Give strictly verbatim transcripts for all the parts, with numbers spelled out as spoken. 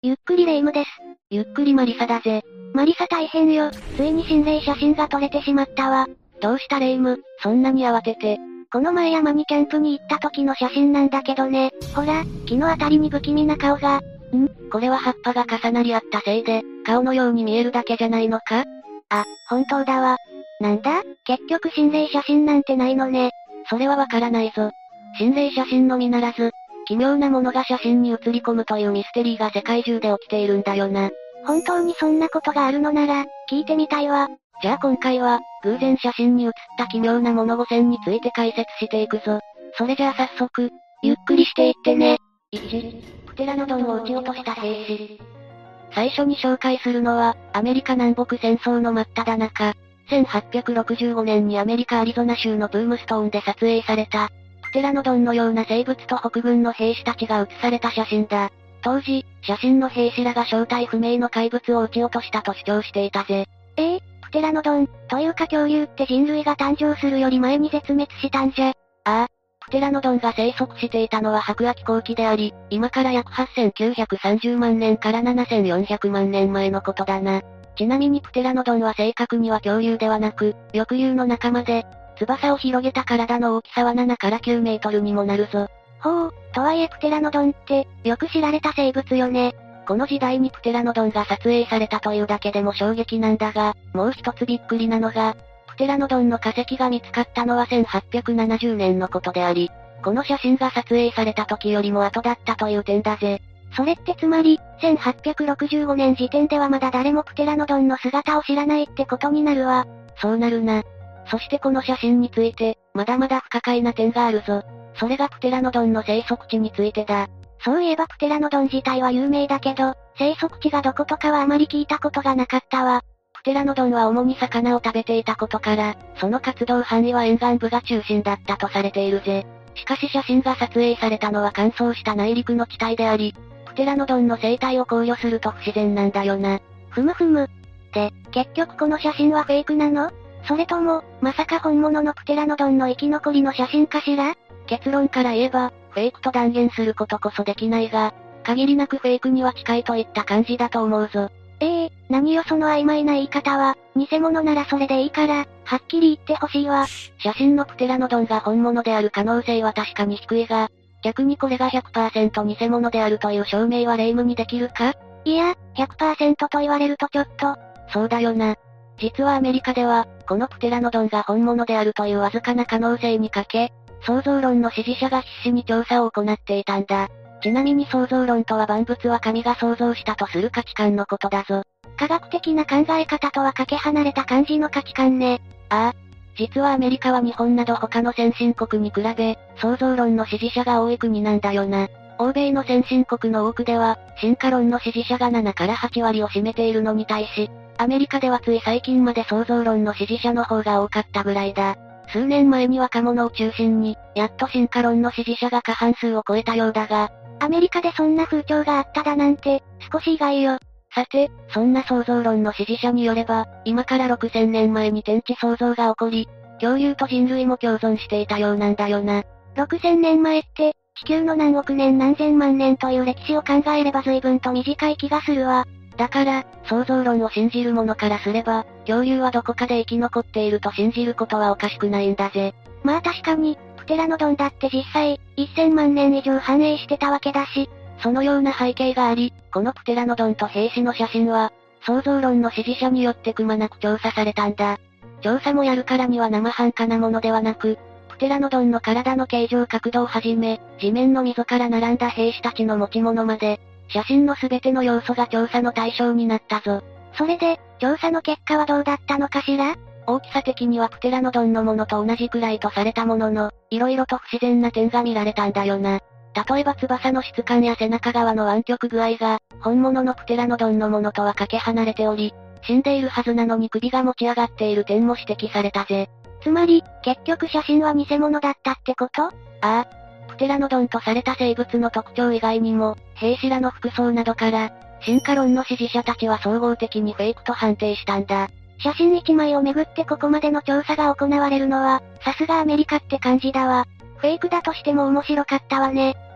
ゆっくりレ夢ムです。 ゆっくりマリサだぜ。 マリサ大変よ。ついに心霊写真が撮れてしまったわ。 どうしたレ夢ム、そんなに慌てて。 この前山にキャンプに行った時の写真なんだけどね。ほら、木のあたりに不気味な顔が。んこれは葉っぱが重なり合ったせいで、顔のように見えるだけじゃないのか？ あ、本当だわ。なんだ、結局心霊写真なんてないのね。 それはわからないぞ。心霊写真のみならず、奇妙なものが写真に写り込むというミステリーが世界中で起きているんだよな。 本当にそんなことがあるのなら、聞いてみたいわ。 じゃあ今回は、偶然写真に写った奇妙なものごせんについて解説していくぞ。それじゃあ早速、 ゆっくりしていってね。 いち、プテラノドンを撃ち落とした兵士。最初に紹介するのは、アメリカ南北戦争の真っ只中、せんはっぴゃくろくじゅうごねんにアメリカアリゾナ州のブームストーンで撮影された、プテラノドンのような生物と北軍の兵士たちが写された写真だ。当時、写真の兵士らが正体不明の怪物を撃ち落としたと主張していたぜ。 ええー、プテラノドン、というか恐竜って人類が誕生するより前に絶滅したんじゃ。ああ、プテラノドンが生息していたのは白亜紀後期であり、今から約はっせんきゅうひゃくさんじゅうまんねんからななせんよんひゃくまんねんまえのことだな。ちなみにプテラノドンは正確には恐竜ではなく、翼竜の仲間で、翼を広げた体の大きさはななからきゅうメートルにもなるぞ。 ほう、とはいえプテラノドンって、よく知られた生物よね。 この時代にプテラノドンが撮影されたというだけでも衝撃なんだが、もう一つびっくりなのが、プテラノドンの化石が見つかったのはせんはっぴゃくななじゅうねんのことであり、この写真が撮影された時よりも後だったという点だぜ。 それってつまり、せんはっぴゃくろくじゅうごねん時点ではまだ誰もプテラノドンの姿を知らないってことになるわ。 そうなるな。そしてこの写真について、まだまだ不可解な点があるぞ。それがプテラノドンの生息地についてだ。 そういえばプテラノドン自体は有名だけど、生息地がどことかはあまり聞いたことがなかったわ。 プテラノドンは主に魚を食べていたことから、その活動範囲は沿岸部が中心だったとされているぜ。しかし写真が撮影されたのは乾燥した内陸の地帯であり、プテラノドンの生態を考慮すると不自然なんだよな。 ふむふむ。で、結局この写真はフェイクなの？それとも、まさか本物のプテラノドンの生き残りの写真かしら？ 結論から言えば、フェイクと断言することこそできないが、限りなくフェイクには近いといった感じだと思うぞ。 ええー、何よその曖昧な言い方は、偽物ならそれでいいから、はっきり言ってほしいわ。 写真のプテラノドンが本物である可能性は確かに低いが、逆にこれが ひゃくパーセント 偽物であるという証明はレ夢ムにできるか？ いや、ひゃくパーセント と言われるとちょっと。 そうだよな。実はアメリカでは、このプテラノドンが本物であるというわずかな可能性にかけ、創造論の支持者が必死に調査を行っていたんだ。ちなみに創造論とは万物は神が創造したとする価値観のことだぞ。 科学的な考え方とはかけ離れた感じの価値観ね。 ああ。実はアメリカは日本など他の先進国に比べ、創造論の支持者が多い国なんだよな。欧米の先進国の多くでは、進化論の支持者がななからはちわりを占めているのに対し、アメリカではつい最近まで創造論の支持者の方が多かったぐらいだ。数年前に若者を中心に、やっと進化論の支持者が過半数を超えたようだが、 アメリカでそんな風潮があっただなんて、少し意外よ。 さて、そんな創造論の支持者によれば、今からろくせんねんまえに天地創造が起こり、恐竜と人類も共存していたようなんだよな。 ろくせんねんまえって、地球の何億年何千万年という歴史を考えれば随分と短い気がするわ。 だから、創造論を信じる者からすれば、恐竜はどこかで生き残っていると信じることはおかしくないんだぜ。 まあ確かに、プテラノドンだって実際、せんまんねん以上繁栄してたわけだし、 そのような背景があり、このプテラノドンと兵士の写真は、創造論の支持者によってくまなく調査されたんだ。調査もやるからには生半可なものではなく、プテラノドンの体の形状角度をはじめ、地面の溝から並んだ兵士たちの持ち物まで、写真のすべての要素が調査の対象になったぞ。 それで、調査の結果はどうだったのかしら？ 大きさ的にはプテラノドンのものと同じくらいとされたものの、色々と不自然な点が見られたんだよな。例えば翼の質感や背中側の湾曲具合が、本物のプテラノドンのものとはかけ離れており、死んでいるはずなのに首が持ち上がっている点も指摘されたぜ。 つまり、結局写真は偽物だったってこと？ああ。プテラノドンとされた生物の特徴以外にも、兵士らの服装などから、進化論の支持者たちは総合的にフェイクと判定したんだ。 写真一枚をめぐってここまでの調査が行われるのは、さすがアメリカって感じだわ。フェイクだとしても面白かったわね。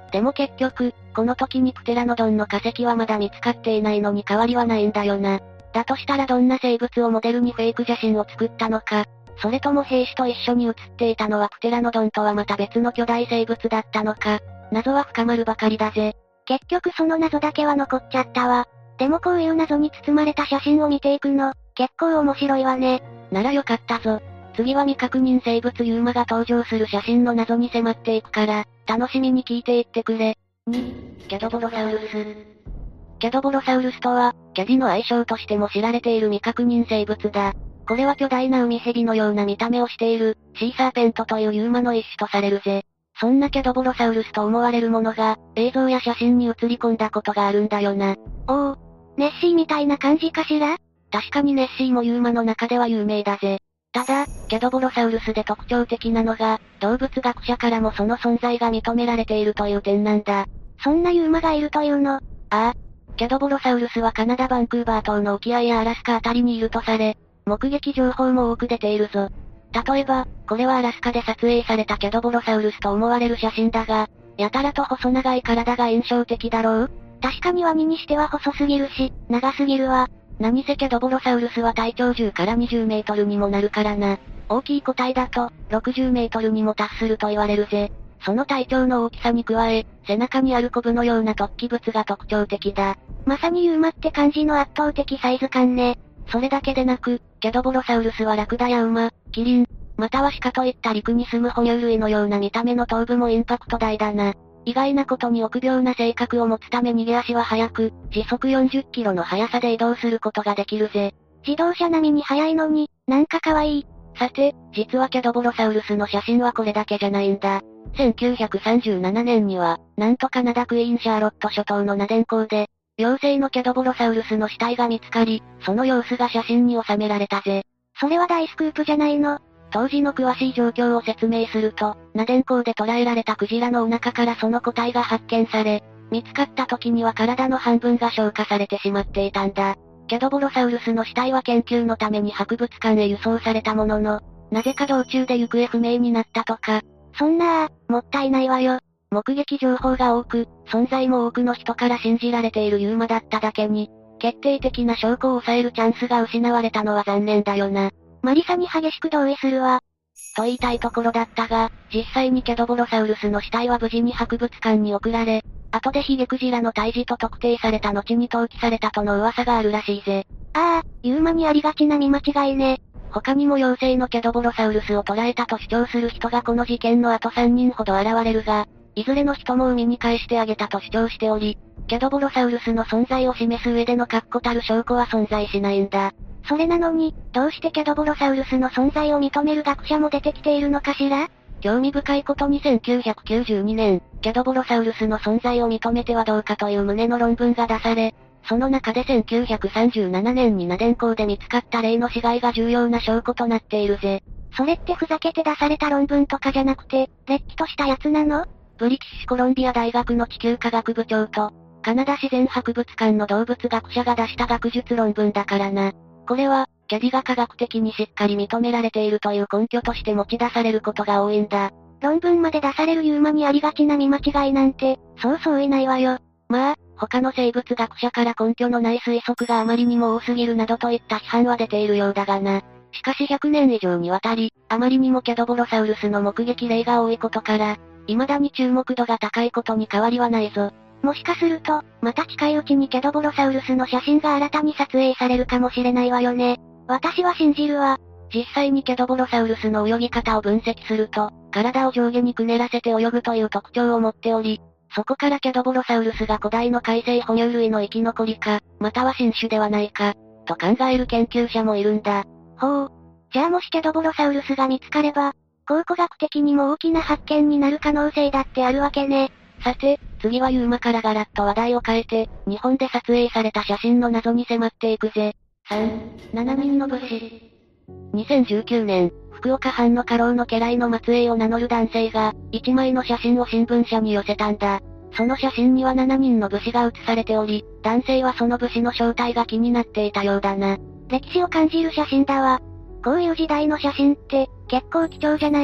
でも結局、この時にプテラノドンの化石はまだ見つかっていないのに変わりはないんだよな。だとしたらどんな生物をモデルにフェイク写真を作ったのか、それとも兵士と一緒に写っていたのはプテラノドンとはまた別の巨大生物だったのか、謎は深まるばかりだぜ。 結局その謎だけは残っちゃったわ。でもこういう謎に包まれた写真を見ていくの、結構面白いわね。 ならよかったぞ。次は未確認生物ユーマが登場する写真の謎に迫っていくから、楽しみに聞いていってくれ。に、ケドボロサウルス。ケドボロサウルスとは、キャディの愛称としても知られている未確認生物だ。これは巨大な海蛇のような見た目をしている、シーサーペントというユーマの一種とされるぜ。そんなケドボロサウルスと思われるものが、映像や写真に写り込んだことがあるんだよな。 おお、ネッシーみたいな感じかしら？ 確かにネッシーもユーマの中では有名だぜ。ただ、ケドボロサウルスで特徴的なのが、動物学者からもその存在が認められているという点なんだ。 そんなユーマがいるというの？ああ。ケドボロサウルスはカナダバンクーバー島の沖合やアラスカあたりにいるとされ、目撃情報も多く出ているぞ。例えば、これはアラスカで撮影されたケドボロサウルスと思われる写真だが、やたらと細長い体が印象的だろう？ 確かにワニにしては細すぎるし、長すぎるわ。 何せケドボロサウルスは体長じゅうからにじゅうメートルにもなるからな。大きい個体だと、ろくじゅうメートルにも達すると言われるぜ。その体長の大きさに加え、背中にあるコブのような突起物が特徴的だ。 まさにユーマって感じの圧倒的サイズ感ね。 それだけでなく、ケドボロサウルスはラクダや馬、キリン、または鹿といった陸に住む哺乳類のような見た目の頭部もインパクト大だな。意外なことに臆病な性格を持つため逃げ足は速く、時速よんじゅっキロの速さで移動することができるぜ。 自動車並みに速いのに、なんか可愛い。 さて、実はケドボロサウルスの写真はこれだけじゃないんだ。せんきゅうひゃくさんじゅうななねんには、なんとカナダクイーンシャーロット諸島のナデン港で、妖精のケドボロサウルスの死体が見つかり、その様子が写真に収められたぜ。 それは大スクープじゃないの？ 当時の詳しい状況を説明すると、ナデン港で捕らえられたクジラのお腹からその個体が発見され、見つかった時には体の半分が消化されてしまっていたんだ。ケドボロサウルスの死体は研究のために博物館へ輸送されたものの、なぜか道中で行方不明になったとか。 そんなあ、もったいないわよ。 目撃情報が多く、存在も多くの人から信じられているユーマだっただけに、決定的な証拠を抑えるチャンスが失われたのは残念だよな。 マリサに激しく同意するわ。 と言いたいところだったが、実際にケドボロサウルスの死体は無事に博物館に送られ、後でヒゲクジラの胎児と特定された後に投棄されたとの噂があるらしいぜ。 ああ、ユーマにありがちな見間違いね。 他にも妖精のケドボロサウルスを捕らえたと主張する人がこの事件の後さんにんほど現れるが、いずれの人も海に返してあげたと主張しており、ケドボロサウルスの存在を示す上での確固たる証拠は存在しないんだ。 それなのに、どうしてケドボロサウルスの存在を認める学者も出てきているのかしら？ 興味深いことにせんきゅうひゃくきゅうじゅうにねん、ケドボロサウルスの存在を認めてはどうかという旨の論文が出され、その中でせんきゅうひゃくさんじゅうななねんにナデン港で見つかった例の死骸が重要な証拠となっているぜ。 それってふざけて出された論文とかじゃなくて、れっきとしたやつなの？ ブリティッシュコロンビア大学の地球科学部長と、カナダ自然博物館の動物学者が出した学術論文だからな。これは、キャディが科学的にしっかり認められているという根拠として持ち出されることが多いんだ。 論文まで出されるユーマにありがちな見間違いなんて、そうそういないわよ。 まあ、他の生物学者から根拠のない推測があまりにも多すぎるなどといった批判は出ているようだがな。しかしひゃくねん以上にわたり、あまりにもケドボロサウルスの目撃例が多いことから、未だに注目度が高いことに変わりはないぞ。 もしかすると、また近いうちにケドボロサウルスの写真が新たに撮影されるかもしれないわよね。私は信じるわ。 実際にケドボロサウルスの泳ぎ方を分析すると、体を上下にくねらせて泳ぐという特徴を持っており、そこからケドボロサウルスが古代の海生哺乳類の生き残りか、または新種ではないか、と考える研究者もいるんだ。 ほう。じゃあもしケドボロサウルスが見つかれば、考古学的にも大きな発見になる可能性だってあるわけね。 さて、次はユーマからガラッと話題を変えて、日本で撮影された写真の謎に迫っていくぜ。さん、ななにんの武士。にせんじゅうきゅうねん、福岡藩の家老の家来の末裔を名乗る男性が、いちまいの写真を新聞社に寄せたんだ。その写真にはななにんの武士が写されており、男性はその武士の正体が気になっていたようだな。 歴史を感じる写真だわ。こういう時代の写真って、結構貴重じゃない？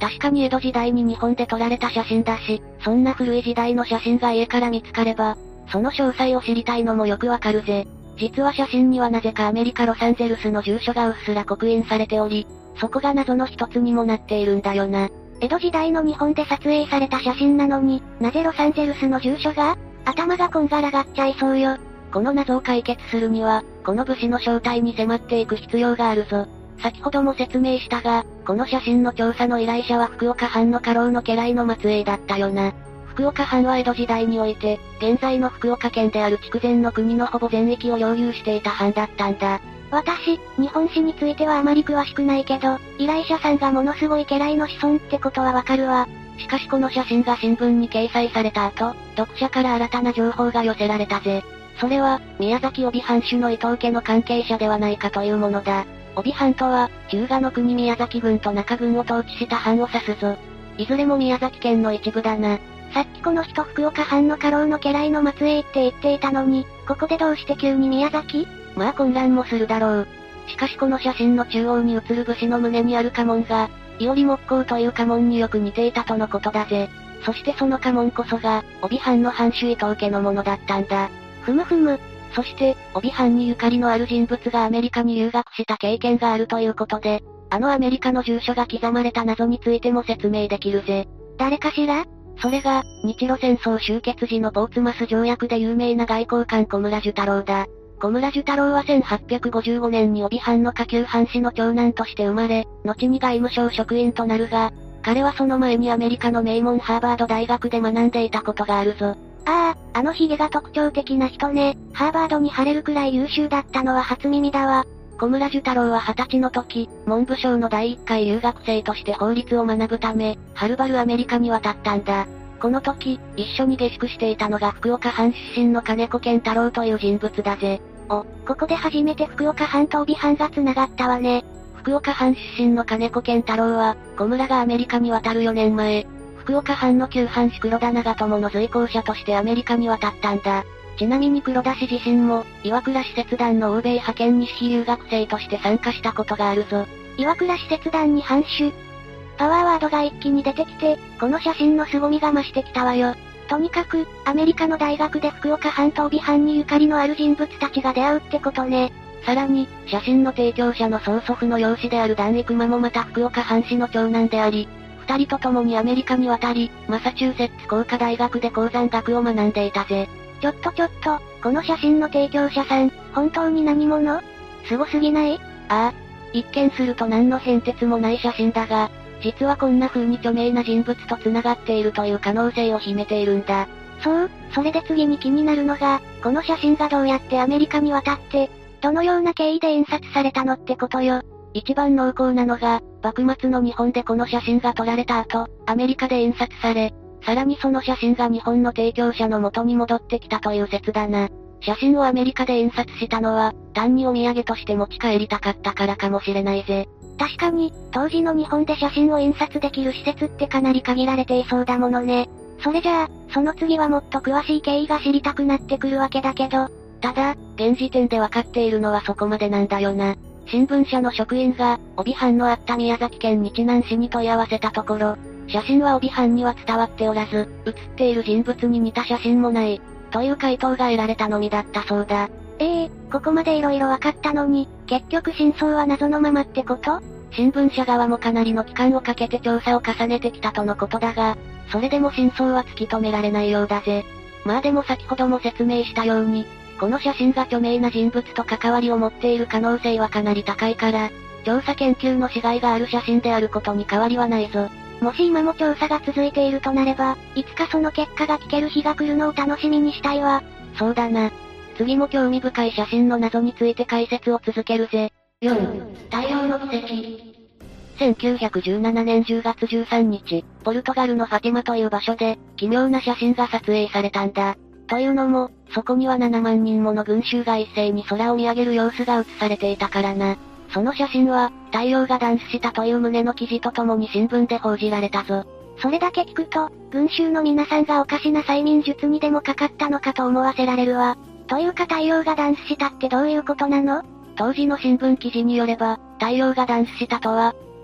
確かに江戸時代に日本で撮られた写真だし、そんな古い時代の写真が家から見つかれば、その詳細を知りたいのもよくわかるぜ。実は写真にはなぜかアメリカロサンゼルスの住所がうっすら刻印されており、そこが謎の一つにもなっているんだよな。 江戸時代の日本で撮影された写真なのに、なぜロサンゼルスの住所が？頭がこんがらがっちゃいそうよ。 この謎を解決するには、この武士の正体に迫っていく必要があるぞ。先ほども説明したが、この写真の調査の依頼者は福岡藩の家老の家来の末裔だったよな。福岡藩は江戸時代において、現在の福岡県である筑前の国のほぼ全域を領有していた藩だったんだ。 私、日本史についてはあまり詳しくないけど、依頼者さんがものすごい家来の子孫ってことはわかるわ。 しかしこの写真が新聞に掲載された後、読者から新たな情報が寄せられたぜ。それは、宮崎帯藩主の伊藤家の関係者ではないかというものだ。帯藩とは、日向の国宮崎郡と中郡を統治した藩を指すぞ。いずれも宮崎県の一部だな。 さっきこの人福岡藩の家老の家来の末裔って言っていたのに、ここでどうして急に宮崎？ まあ混乱もするだろう。しかしこの写真の中央に写る武士の胸にある家紋が、伊織木工という家紋によく似ていたとのことだぜ。そしてその家紋こそが、帯藩の藩主伊藤家のものだったんだ。 ふむふむ。 そして、帯藩にゆかりのある人物がアメリカに留学した経験があるということで、あのアメリカの住所が刻まれた謎についても説明できるぜ。 誰かしら？ それが、日露戦争終結時のポーツマス条約で有名な外交官小村寿太郎だ。小村寿太郎はせんはっぴゃくごじゅうごねんに帯藩の下級藩士の長男として生まれ、後に外務省職員となるが、彼はその前にアメリカの名門ハーバード大学で学んでいたことがあるぞ。 ああ、あのヒゲが特徴的な人ね。ハーバードに貼れるくらい優秀だったのは初耳だわ。 小村寿太郎は二十歳の時、文部省の第一回留学生として法律を学ぶため、はるばるアメリカに渡ったんだ。この時、一緒に下宿していたのが福岡藩出身の金子健太郎という人物だぜ。 お、ここで初めて福岡藩と帯藩が繋がったわね。 福岡藩出身の金子健太郎は、小村がアメリカに渡るよねんまえ、福岡藩の旧藩士黒田長友の随行者としてアメリカに渡ったんだ。ちなみに黒田氏自身も、岩倉使節団の欧米派遣に私費留学生として参加したことがあるぞ。 岩倉使節団に藩主。パワーワードが一気に出てきて、この写真の凄みが増してきたわよ。とにかく、アメリカの大学で福岡藩と帯藩にゆかりのある人物たちが出会うってことね。 さらに、写真の提供者の曽祖父の養子である段育馬もまた福岡藩士の長男であり、二人と共にアメリカに渡り、マサチューセッツ工科大学で鉱山学を学んでいたぜ。 ちょっとちょっと、この写真の提供者さん、本当に何者？すごすぎない？ ああ。一見すると何の変哲もない写真だが、実はこんな風に著名な人物と繋がっているという可能性を秘めているんだ。 そう、それで次に気になるのが、この写真がどうやってアメリカに渡って、どのような経緯で印刷されたのってことよ。 一番濃厚なのが、幕末の日本でこの写真が撮られた後、アメリカで印刷され、さらにその写真が日本の提供者の元に戻ってきたという説だな。写真をアメリカで印刷したのは、単にお土産として持ち帰りたかったからかもしれないぜ。 確かに、当時の日本で写真を印刷できる施設ってかなり限られていそうだものね。それじゃあ、その次はもっと詳しい経緯が知りたくなってくるわけだけど。 ただ、現時点で分かっているのはそこまでなんだよな。新聞社の職員が、帯藩のあった宮崎県日南市に問い合わせたところ、写真は帯藩には伝わっておらず、写っている人物に似た写真もない、という回答が得られたのみだったそうだ。 ええー、ここまで色々分かったのに、結局真相は謎のままってこと？ 新聞社側もかなりの期間をかけて調査を重ねてきたとのことだが、それでも真相は突き止められないようだぜ。まあでも先ほども説明したように、この写真が著名な人物と関わりを持っている可能性はかなり高いから、調査研究のしがいがある写真であることに変わりはないぞ。 もし今も調査が続いているとなれば、いつかその結果が聞ける日が来るのを楽しみにしたいわ。 そうだな。次も興味深い写真の謎について解説を続けるぜ。よん. 太陽の奇跡。せんきゅうひゃくじゅうななねんじゅうがつじゅうさんにち、ポルトガルのファティマという場所で、奇妙な写真が撮影されたんだ。というのも、そこにはななまんにんもの群衆が一斉に空を見上げる様子が映されていたからな。その写真は、太陽がダンスしたという旨の記事とともに新聞で報じられたぞ。 それだけ聞くと、群衆の皆さんがおかしな催眠術にでもかかったのかと思わせられるわ。というか太陽がダンスしたってどういうことなの？ 当時の新聞記事によれば、太陽がダンスしたとは、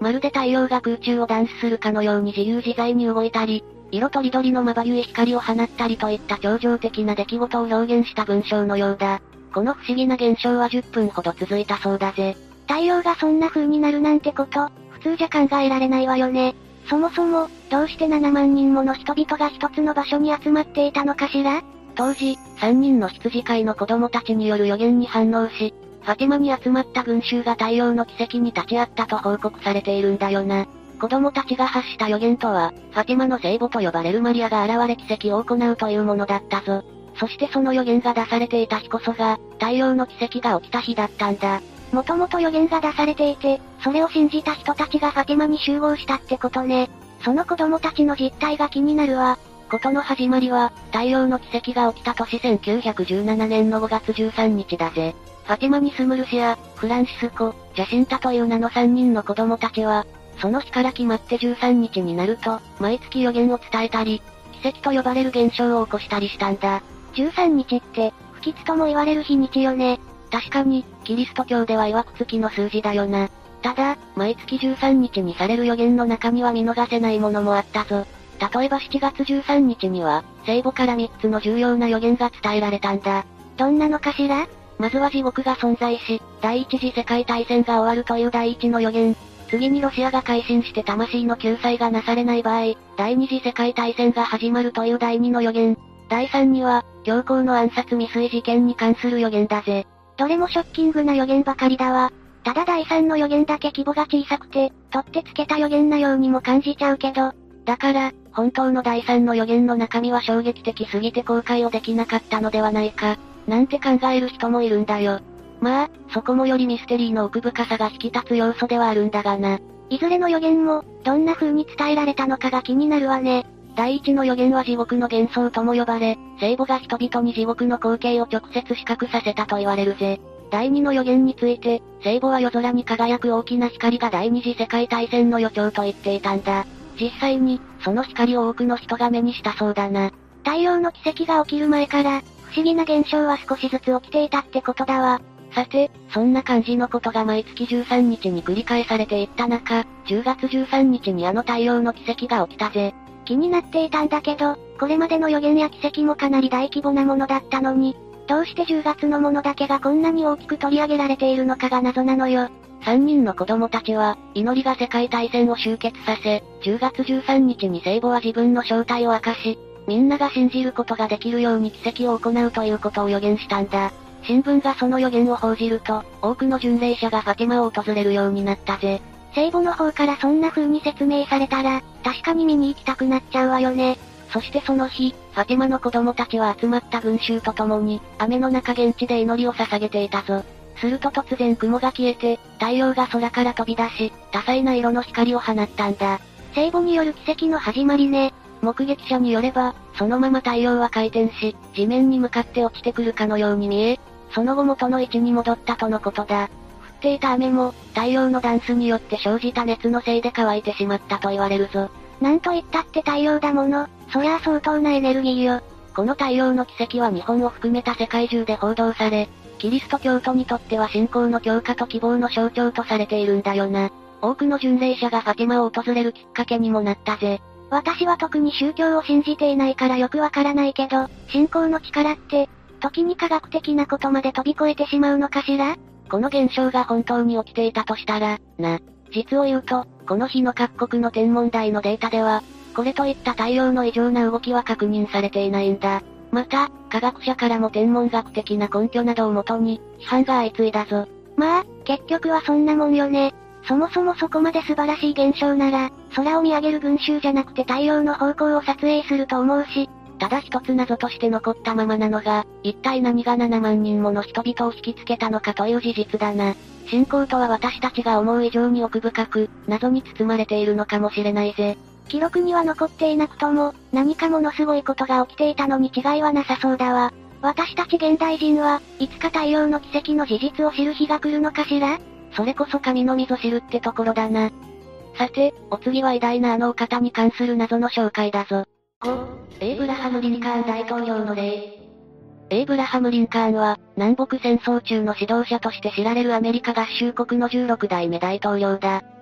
まるで太陽が空中をダンスするかのように自由自在に動いたり、色とりどりのまばゆい光を放ったりといった超常的な出来事を表現した文章のようだ。この不思議な現象はじゅっぷんほど続いたそうだぜ。 太陽がそんな風になるなんてこと、普通じゃ考えられないわよね。そもそも、どうしてななまんにんもの人々が一つの場所に集まっていたのかしら？ 当時、さんにんの羊飼いの子供たちによる予言に反応し、ファティマに集まった群衆が太陽の奇跡に立ち会ったと報告されているんだよな。子供たちが発した予言とは、ファティマの聖母と呼ばれるマリアが現れ奇跡を行うというものだったぞ。そしてその予言が出されていた日こそが、太陽の奇跡が起きた日だったんだ。 もともと予言が出されていて、それを信じた人たちがファティマに集合したってことね。その子供たちの実態が気になるわ。 ことの始まりは、太陽の奇跡が起きた年せんきゅうひゃくじゅうななねんのごがつじゅうさんにちだぜ。ファティマに住むルシア、フランシスコ、ジャシンタという名のさんにんの子供たちは、その日から決まってじゅうさんにちになると、毎月予言を伝えたり、奇跡と呼ばれる現象を起こしたりしたんだ。 じゅうさんにちって、不吉とも言われる日にちよね。 確かに、キリスト教では曰く月の数字だよな。ただ、毎月じゅうさんにちにされる予言の中には見逃せないものもあったぞ。例えばしちがつじゅうさんにちには、聖母からみっつの重要な予言が伝えられたんだ。 どんなのかしら？ まずは地獄が存在し、第一次世界大戦が終わるという第一の予言。次にロシアが改心して魂の救済がなされない場合、第二次世界大戦が始まるという第二の予言。第三には、教皇の暗殺未遂事件に関する予言だぜ。 どれもショッキングな予言ばかりだわ。ただ第三の予言だけ規模が小さくて、取ってつけた予言なようにも感じちゃうけど。 だから、本当の第三の予言の中身は衝撃的すぎて公開をできなかったのではないか、なんて考える人もいるんだよ。まあ、そこもよりミステリーの奥深さが引き立つ要素ではあるんだがな。 いずれの予言も、どんな風に伝えられたのかが気になるわね。 第一の予言は地獄の幻想とも呼ばれ、聖母が人々に地獄の光景を直接視覚させたと言われるぜ。第二の予言について、聖母は夜空に輝く大きな光が第二次世界大戦の予兆と言っていたんだ。実際に、その光を多くの人が目にしたそうだな。 太陽の奇跡が起きる前から、不思議な現象は少しずつ起きていたってことだわ。 さて、そんな感じのことが毎月じゅうさんにちに繰り返されていった中、じゅうがつじゅうさんにちにあの太陽の奇跡が起きたぜ。 気になっていたんだけど、これまでの予言や奇跡もかなり大規模なものだったのに、どうしてじゅうがつのものだけがこんなに大きく取り上げられているのかが謎なのよ。 さんにんの子供たちは、祈りが世界大戦を終結させ、じゅうがつじゅうさんにちに聖母は自分の正体を明かし、みんなが信じることができるように奇跡を行うということを予言したんだ。新聞がその予言を報じると、多くの巡礼者がファティマを訪れるようになったぜ。 聖母の方からそんな風に説明されたら、確かに見に行きたくなっちゃうわよね。 そしてその日、ファティマの子供たちは集まった群衆と共に、雨の中現地で祈りを捧げていたぞ。すると突然雲が消えて、太陽が空から飛び出し、多彩な色の光を放ったんだ。 聖母による奇跡の始まりね。 目撃者によれば、そのまま太陽は回転し、地面に向かって落ちてくるかのように見え、その後元の位置に戻ったとのことだ。降っていた雨も、太陽のダンスによって生じた熱のせいで乾いてしまったと言われるぞ。 なんと言ったって太陽だもの、そりゃあ相当なエネルギーよ。 この太陽の奇跡は日本を含めた世界中で報道され、キリスト教徒にとっては信仰の強化と希望の象徴とされているんだよな。多くの巡礼者がファティマを訪れるきっかけにもなったぜ。 私は特に宗教を信じていないからよくわからないけど、信仰の力って、時に科学的なことまで飛び越えてしまうのかしら？ この現象が本当に起きていたとしたら、な。実を言うと、この日の各国の天文台のデータでは、これといった太陽の異常な動きは確認されていないんだ。また、科学者からも天文学的な根拠などをもとに、批判が相次いだぞ。 まあ、結局はそんなもんよね。そもそもそこまで素晴らしい現象なら、空を見上げる群衆じゃなくて太陽の方向を撮影すると思うし、 ただ一つ謎として残ったままなのが、一体何がななまんにんもの人々を引きつけたのかという事実だな。信仰とは私たちが思う以上に奥深く、謎に包まれているのかもしれないぜ。 記録には残っていなくとも、何かものすごいことが起きていたのに違いはなさそうだわ。私たち現代人は、いつか太陽の奇跡の事実を知る日が来るのかしら？ それこそ神の溝知るってところだな。さて、お次は偉大なあのお方に関する謎の紹介だぞ。ご、エイブラハム・リンカーン大統領の例。エイブラハム・リンカーンは、南北戦争中の指導者として知られるアメリカ合衆国のじゅうろくだいめ大統領だ。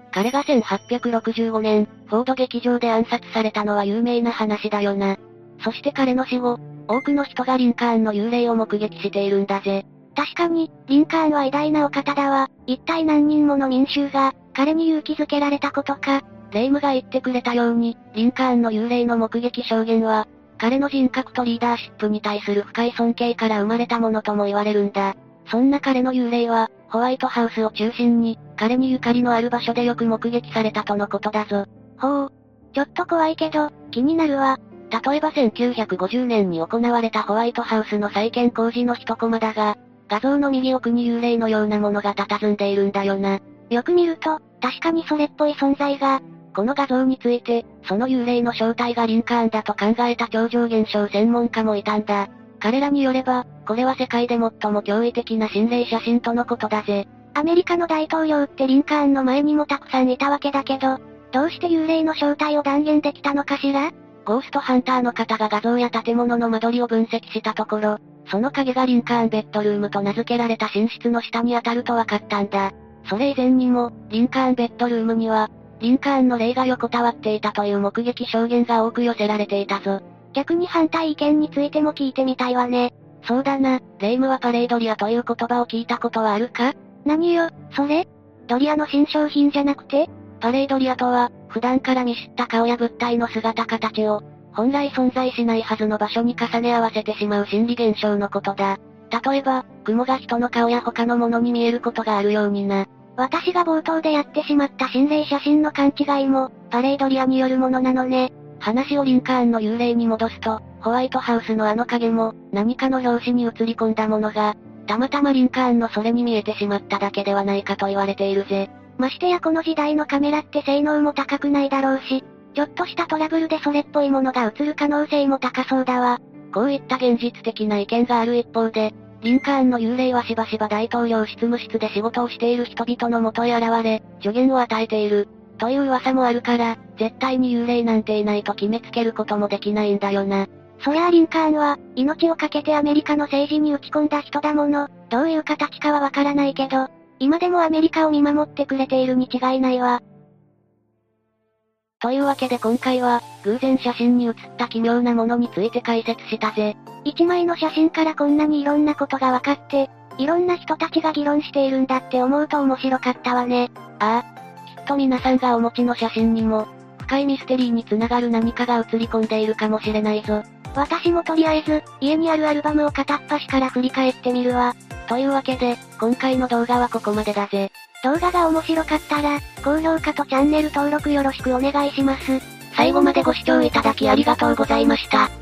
彼がせんはっぴゃくろくじゅうごねん、フォード劇場で暗殺されたのは有名な話だよな。そして彼の死後、多くの人がリンカーンの幽霊を目撃しているんだぜ。 確かに、リンカーンは偉大なお方だわ。一体何人もの民衆が、彼に勇気づけられたことか。 レイムが言ってくれたように、リンカーンの幽霊の目撃証言は、彼の人格とリーダーシップに対する深い尊敬から生まれたものとも言われるんだ。そんな彼の幽霊は、ホワイトハウスを中心に、彼にゆかりのある場所でよく目撃されたとのことだぞ。 ほう。ちょっと怖いけど、気になるわ。 例えばせんきゅうひゃくごじゅうねんに行われたホワイトハウスの再建工事の一コマだが、画像の右奥に幽霊のようなものが佇んでいるんだよな。 よく見ると、確かにそれっぽい存在が。 この画像について、その幽霊の正体がリンカーンだと考えた超常現象専門家もいたんだ。彼らによれば、これは世界で最も驚異的な心霊写真とのことだぜ。 アメリカの大統領ってリンカーンの前にもたくさんいたわけだけど、どうして幽霊の正体を断言できたのかしら？ ゴーストハンターの方が画像や建物の間取りを分析したところ、その影がリンカーンベッドルームと名付けられた寝室の下に当たると分かったんだ。それ以前にも、リンカーンベッドルームには、リンカーンの霊が横たわっていたという目撃証言が多く寄せられていたぞ。 逆に反対意見についても聞いてみたいわね。 そうだな、レイムはパレードリアという言葉を聞いたことはあるか？ 何よ、それ？ドリアの新商品じゃなくて？ パレードリアとは、普段から見知った顔や物体の姿形を、本来存在しないはずの場所に重ね合わせてしまう心理現象のことだ。例えば、雲が人の顔や他のものに見えることがあるようにな。 私が冒頭でやってしまった心霊写真の勘違いも、パレードリアによるものなのね。 話をリンカーンの幽霊に戻すと、ホワイトハウスのあの影も、何かの拍子に映り込んだものが、たまたまリンカーンのそれに見えてしまっただけではないかと言われているぜ。 ましてやこの時代のカメラって性能も高くないだろうし、ちょっとしたトラブルでそれっぽいものが映る可能性も高そうだわ。 こういった現実的な意見がある一方で、リンカーンの幽霊はしばしば大統領執務室で仕事をしている人々の元へ現れ、助言を与えている、という噂もあるから、絶対に幽霊なんていないと決めつけることもできないんだよな。 そりゃあリンカーンは、命を懸けてアメリカの政治に打ち込んだ人だもの、どういう形かはわからないけど、今でもアメリカを見守ってくれているに違いないわ。 というわけで今回は、偶然写真に写った奇妙なものについて解説したぜ。 一枚の写真からこんなにいろんなことがわかって、いろんな人たちが議論しているんだって思うと面白かったわね。 ああ、きっと皆さんがお持ちの写真にも、深いミステリーにつながる何かが写り込んでいるかもしれないぞ。 私もとりあえず、家にあるアルバムを片っ端から振り返ってみるわ。 というわけで、今回の動画はここまでだぜ。 動画が面白かったら、高評価とチャンネル登録よろしくお願いします。 最後までご視聴いただきありがとうございました。